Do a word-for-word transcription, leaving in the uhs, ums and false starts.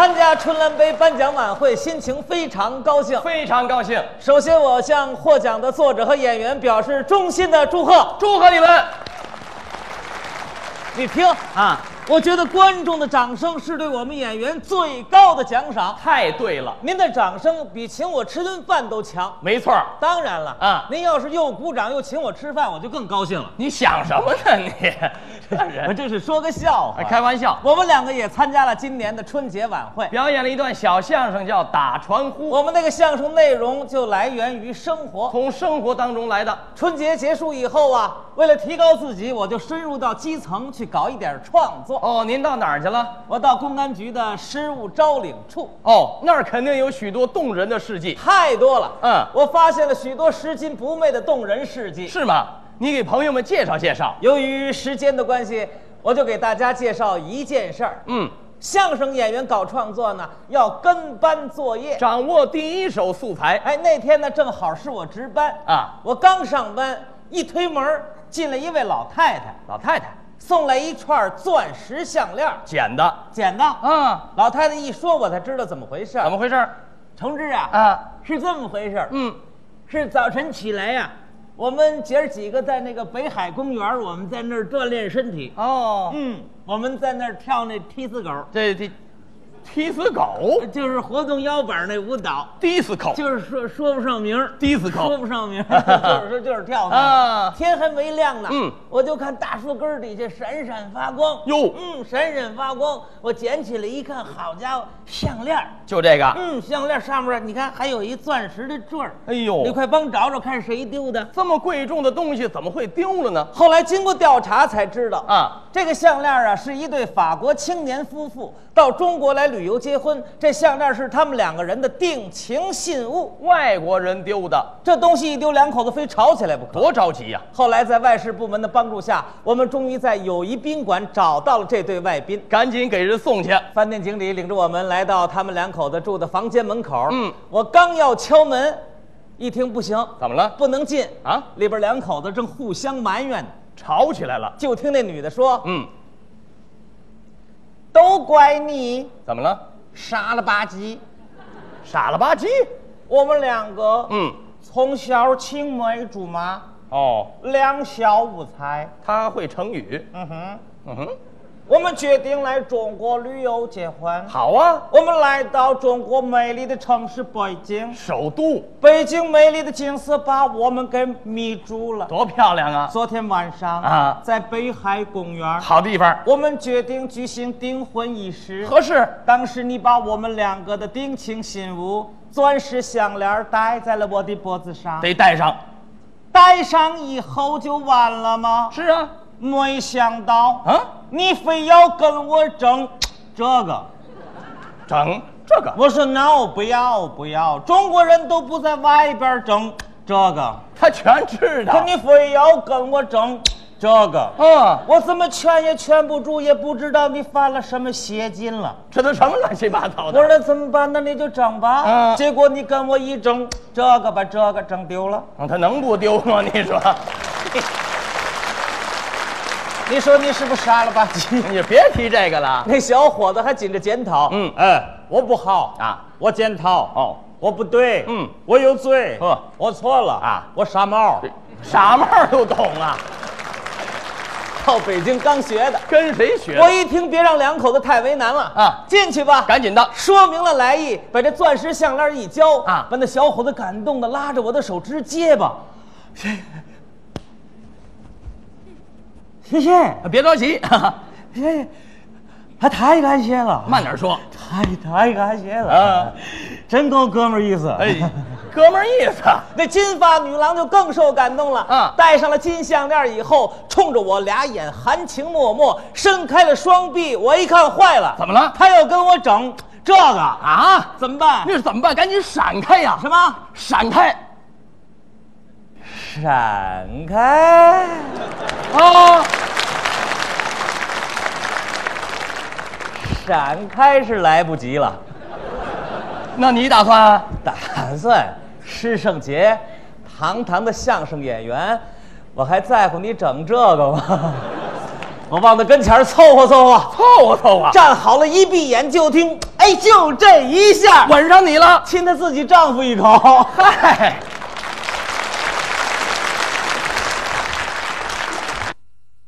参加春兰杯颁奖晚会，心情非常高兴， 非常高兴。 首先，我向获奖的作者和演员表示衷心的祝贺， 祝贺你们！ 你听啊，我觉得观众的掌声是对我们演员最高的奖赏。 太对了， 您的掌声比请我吃顿饭都强。 没错。 当然了啊， 您要是又鼓掌又请我吃饭，我就更高兴了。 你想什么呢你？这我人这是说个笑话， 开玩笑。 我们两个也参加了今年的春节晚会， 表演了一段小相声，叫《打传呼》。 我们那个相声内容就来源于生活， 从生活当中来的。 春节结束以后啊，为了提高自己，我就深入到基层去搞一点创作。 哦，您到哪儿去了？ 我到公安局的失物招领处。 哦，那儿肯定有许多动人的事迹。 太多了。 嗯， 我发现了许多拾金不昧的动人事迹。 是吗？你给朋友们介绍介绍。 由于时间的关系，我就给大家介绍一件事儿。 嗯， 相声演员搞创作呢，要跟班作业， 掌握第一手素材。 哎，那天呢正好是我值班啊， 我刚上班，一推门进来一位老太太， 老太太送来一串钻石项链， 捡的。 捡的啊， 老太太一说，我才知道怎么回事。 怎么回事？ 同志啊， 啊， 是这么回事。 嗯， 是早晨起来呀、啊。我们姐儿几个在那个北海公园，我们在那儿锻炼身体。 哦， 嗯，我们在那儿跳那踢死狗。 这这，踢死狗就是活动腰板那舞蹈。 迪斯科就是说说不上名， 迪斯科说不上名，就是说就是跳啊。 天还没亮呢， 嗯， 我就看大树根底下闪闪发光。 哟， 嗯，闪闪发光。我捡起来一看，好家伙，项链。 就这个。 嗯，项链上面你看还有一钻石的坠儿。 哎呦， 你快帮找找看谁丢的？ 这么贵重的东西怎么会丢了呢？ 后来经过调查才知道啊， 这个项链啊是一对法国青年夫妇到中国来旅游结婚，这项链是他们两个人的定情信物。 外国人丢的， 这东西一丢，两口子非吵起来不可， 多着急呀！ 后来在外事部门的帮助下，我们终于在友谊宾馆找到了这对外宾， 赶紧给人送去。 饭店经理领着我们来到他们两口子住的房间门口。 嗯， 我刚要敲门，一听不行， 怎么了？ 不能进啊！ 里边两口子正互相埋怨呢， 吵起来了。 就听那女的说：“ 嗯， 都怪你， 怎么了？ 傻了吧唧， 傻了吧唧。 我们两个， 嗯， 从小青梅竹马， 哦， 两小无猜。 他会成语。 嗯哼， 嗯哼， 我们决定来中国旅游结婚。 好啊， 我们来到中国美丽的城市北京， 首都。 北京美丽的景色把我们给迷住了。 多漂亮啊！ 昨天晚上啊， 在北海公园， 好地方。 我们决定举行订婚仪式。 合适。 当时你把我们两个的定情信物钻石项链戴在了我的脖子上， 得戴上。 戴上以后就完了吗？ 是啊。 没想到啊， 你非要跟我争这个， 争这个。 我说 no， 不要不要，中国人都不在外边争这个， 他全知道。 可你非要跟我争这个， 嗯， 我怎么劝也劝不住，也不知道你犯了什么邪禁了。 这都什么乱七八糟的？ 我说那怎么办？那你就争吧。 嗯， 结果你跟我一争，这个把这个争丢了。 他能不丢吗？你说？ 你说你是不是傻了吧唧？ 你别提这个了。 那小伙子还紧着检讨。 嗯， 哎，我不好啊， 我检讨。 哦， 我不对。 嗯， 我有罪。 呵， 我错了啊， 我傻帽。 傻帽都懂啊。 到北京刚学的， 跟谁学的？ 我一听，别让两口子太为难了啊， 进去吧， 赶紧的， 说明了来意，把这钻石项链一交啊， 把那小伙子感动的拉着我的手直结巴。谢谢， 别着急， 谢谢，还太感谢了， 慢点说， 太太感谢了啊， 真够哥们儿意思。 哎，哥们儿意思。 那金发女郎就更受感动了啊， 戴上了金项链以后，冲着我俩眼含情脉脉，伸开了双臂。我一看坏了， 怎么了？ 他要跟我整这个啊？ 怎么办？ 那是怎么办？赶紧闪开呀！ 什么？ 闪开！ 闪开！ 啊！ 闪开是来不及了。 那你打算？ 打算师圣节，堂堂的相声演员，我还在乎你整这个吗？ 我往他跟前凑合凑合， 凑合凑合， 站好了，一闭眼就听，哎，就这一下， 吻上你了。 亲她自己丈夫一口。 嗨，